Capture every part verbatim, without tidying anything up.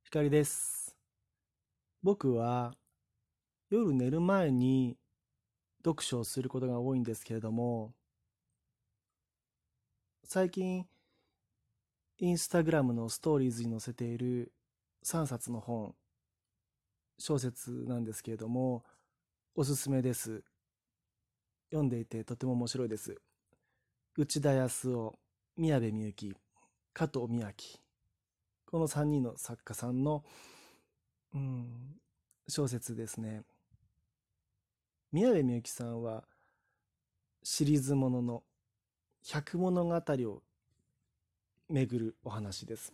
光です。僕は夜寝る前に読書をすることが多いんですけれども、最近インスタグラムのストーリーズに載せているさんさつの本、小説なんですけれども、おすすめです。読んでいてとても面白いです。内田康夫、宮部みゆき、加藤美明。このさんにんの作家さんの、うん、小説ですね。宮部みゆきさんはシリーズものの百物語を巡るお話です。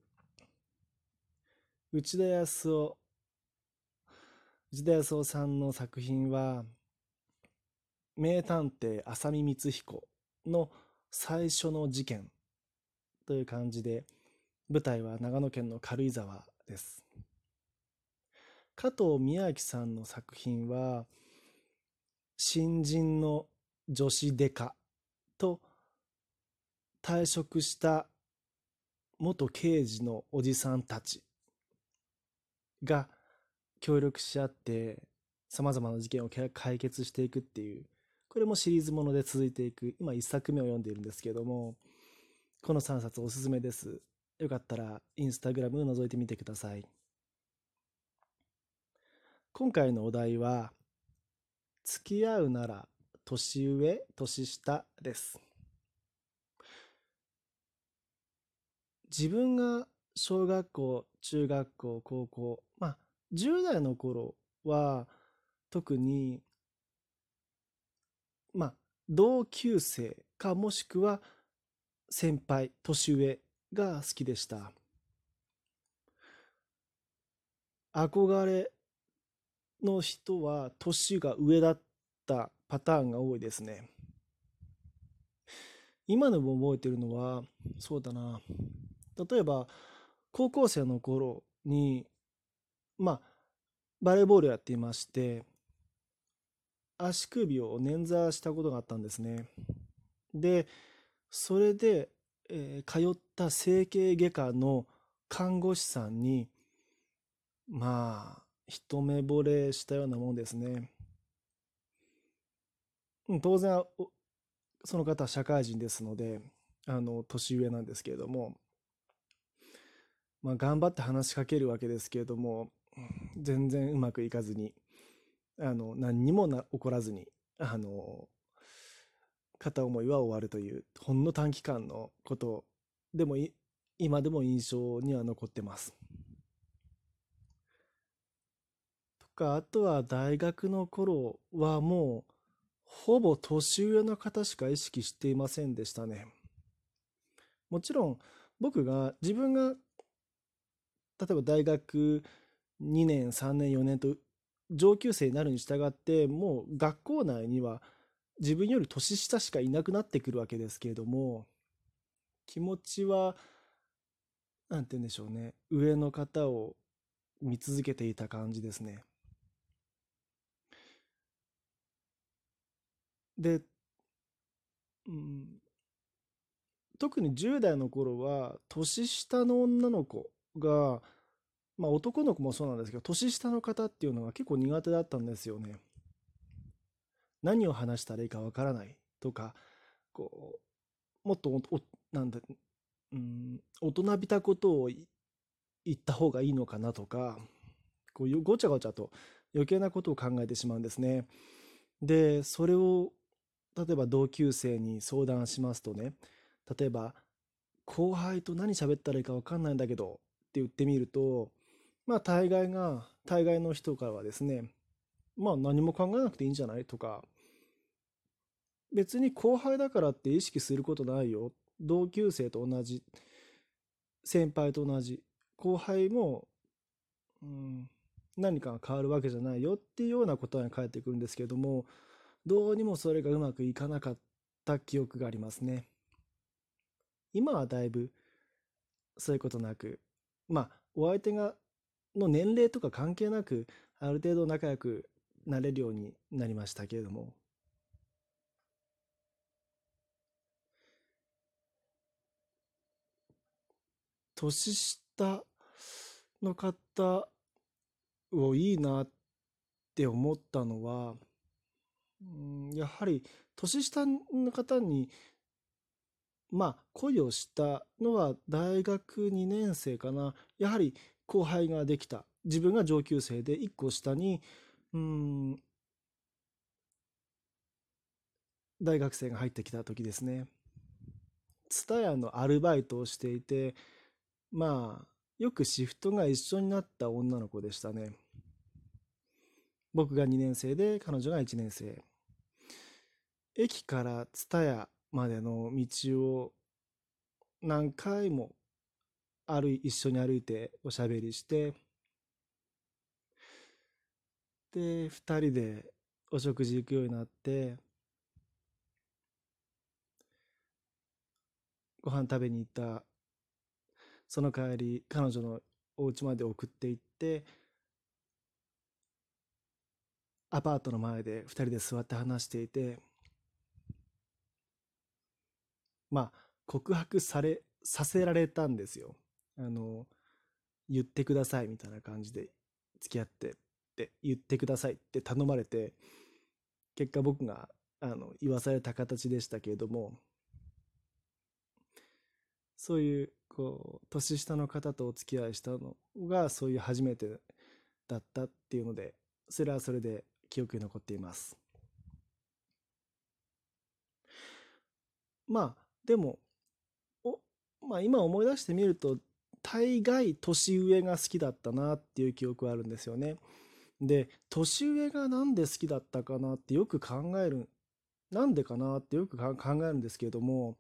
内田康夫、内田康夫さんの作品は、名探偵浅見光彦の最初の事件という感じで、舞台は長野県の軽井沢です。加藤宮明さんの作品は、新人の女子デカと退職した元刑事のおじさんたちが協力し合って様々な事件を解決していくっていう、これもシリーズもので続いていく、今いっさくめを読んでいるんですけれども、このさんさつおすすめです。よかったらインスタグラムを覗いてみてください。今回のお題は、付き合うなら年上、年下です。自分が小学校、中学校、高校、まあじゅう代の頃は特にまあ同級生かもしくは先輩、年上が好きでした。憧れの人は年が上だったパターンが多いですね。今でも覚えてるのは、そうだな。例えば、高校生の頃に、まあ、バレーボールやっていまして、足首を捻挫したことがあったんですね。で、それで、えー通った整形外科の看護師さんに、まあ、一目惚れしたようなもんですね。うん、当然、その方は社会人ですので、あの、年上なんですけれども、まあ、頑張って話しかけるわけですけれども、全然うまくいかずに、あの、何にもな起こらずに、あの、片思いは終わるという、ほんの短期間のことでもい、今でも印象には残ってます。とか、あとは大学の頃はもう、ほぼ年上の方しか意識していませんでしたね。もちろん、僕が、自分が、例えば大学にねん、さんねん、よねんと上級生になるに従って、もう学校内には自分より年下しかいなくなってくるわけですけれども、気持ちは、なんて言うんでしょうね、上の方を見続けていた感じですね。で、うん、特にじゅう代の頃は、年下の女の子が、まあ男の子もそうなんですけど、年下の方っていうのが結構苦手だったんですよね。何を話したらいいかわからないとか、こう、もっとお、おなんだ、うん、大人びたことを言った方がいいのかなとか、こういうごちゃごちゃと余計なことを考えてしまうんですね。で、それを例えば同級生に相談しますとね、例えば後輩と何喋ったらいいか分かんないんだけどって言ってみると、まあ大概が、大概の人からはですね、まあ何も考えなくていいんじゃないとか、別に後輩だからって意識することないよ。同級生と同じ、先輩と同じ、後輩も、うん、何かが変わるわけじゃないよっていうような答えが返ってくるんですけれども、どうにもそれがうまくいかなかった記憶がありますね。今はだいぶそういうことなく、まあ、お相手が、の年齢とか関係なく、ある程度仲良くなれるようになりましたけれども、年下、 の方をいいなって思ったのは、うん、やはり年下の方にまあ恋をしたのは大学にねん生かな。やはり後輩ができた。自分が上級生でいっこ下に、うん、大学生が入ってきた時ですね。蔦屋のアルバイトをしていて、まあよくシフトが一緒になった女の子でしたね。僕がにねん生で彼女がいちねん生。駅から蔦屋までの道を何回も歩い一緒に歩いておしゃべりして、でふたりでお食事行くようになって、ご飯食べに行った。その帰り彼女のお家まで送って行って、アパートの前でふたりで座って話していて、まあ告白されさせられたんですよ。あの言ってくださいみたいな感じで、付き合ってって言ってくださいって頼まれて、結果僕があの言わされた形でしたけれども、そういうこう年下の方とお付き合いしたのがそういう初めてだったっていうので、それはそれで記憶に残っています。まあでもお、まあ、今思い出してみると大概年上が好きだったなっていう記憶はあるんですよね。で年上がなんで好きだったかなってよく考える、なんでかなってよく考えるんですけれども、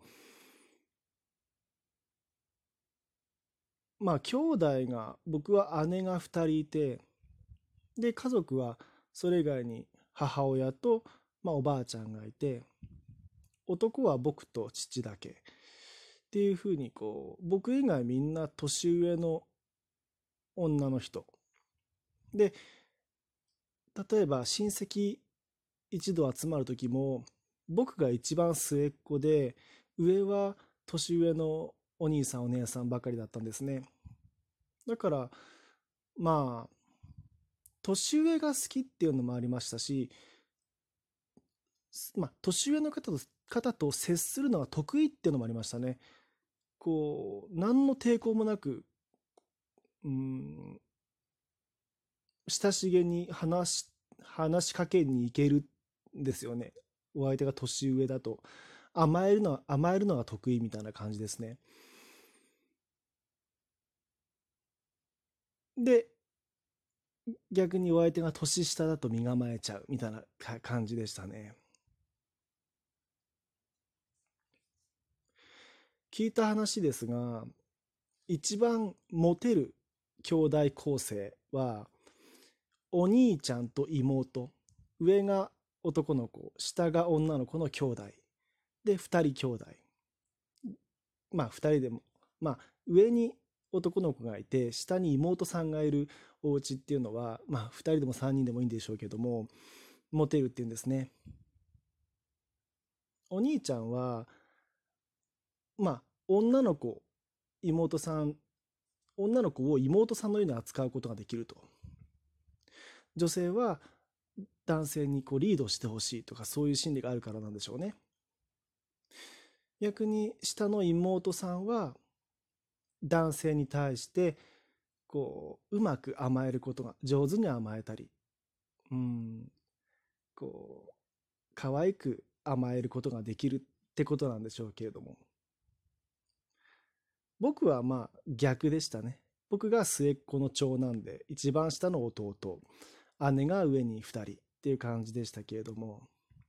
まあ兄弟が、僕は姉がふたりいて、で家族はそれ以外に母親と、まあ、おばあちゃんがいて、男は僕と父だけっていうふうに、こう僕以外みんな年上の女の人で、例えば親戚一度集まる時も僕が一番末っ子で、上は年上のお兄さんお姉さんばかりだったんですね。だからまあ年上が好きっていうのもありましたし、まあ、年上の方と方と接するのが得意っていうのもありましたね。こう何の抵抗もなく、うん、親しげに話し話しかけに行けるんですよね。お相手が年上だと甘えるのは甘えるのが得意みたいな感じですね。で逆にお相手が年下だと身構えちゃうみたいな感じでしたね。聞いた話ですが、一番モテる兄弟構成はお兄ちゃんと妹、上が男の子下が女の子の兄弟でふたり兄弟、まあふたりでも、まあ上に男の子がいて下に妹さんがいるお家っていうのは、まあふたりでもさんにんでもいいんでしょうけども、モテるっていうんですね。お兄ちゃんはまあ女の子、妹さん、女の子を妹さんのように扱うことができると。女性は男性にこうリードしてほしいとか、そういう心理があるからなんでしょうね。逆に下の妹さんは男性に対してこううまく甘えることが、上手に甘えたり、うん、こう可愛く甘えることができるってことなんでしょうけれども、僕はまあ逆でしたね。僕が末っ子の長男で一番下の弟、姉が上にふたりっていう感じでしたけれども、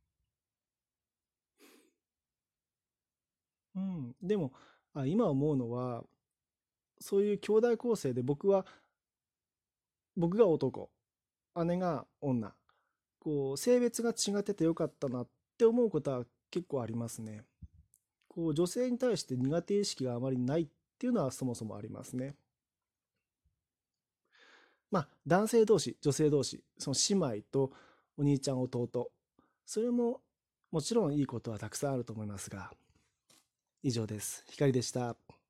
うん、でもあ今思うのは、そういう兄弟構成で僕は僕が男、姉が女、こう性別が違っててよかったなって思うことは結構ありますね。こう女性に対して苦手意識があまりないっていうのはそもそもありますね。まあ男性同士女性同士、その姉妹とお兄ちゃん弟、それももちろんいいことはたくさんあると思いますが、以上です。光でした。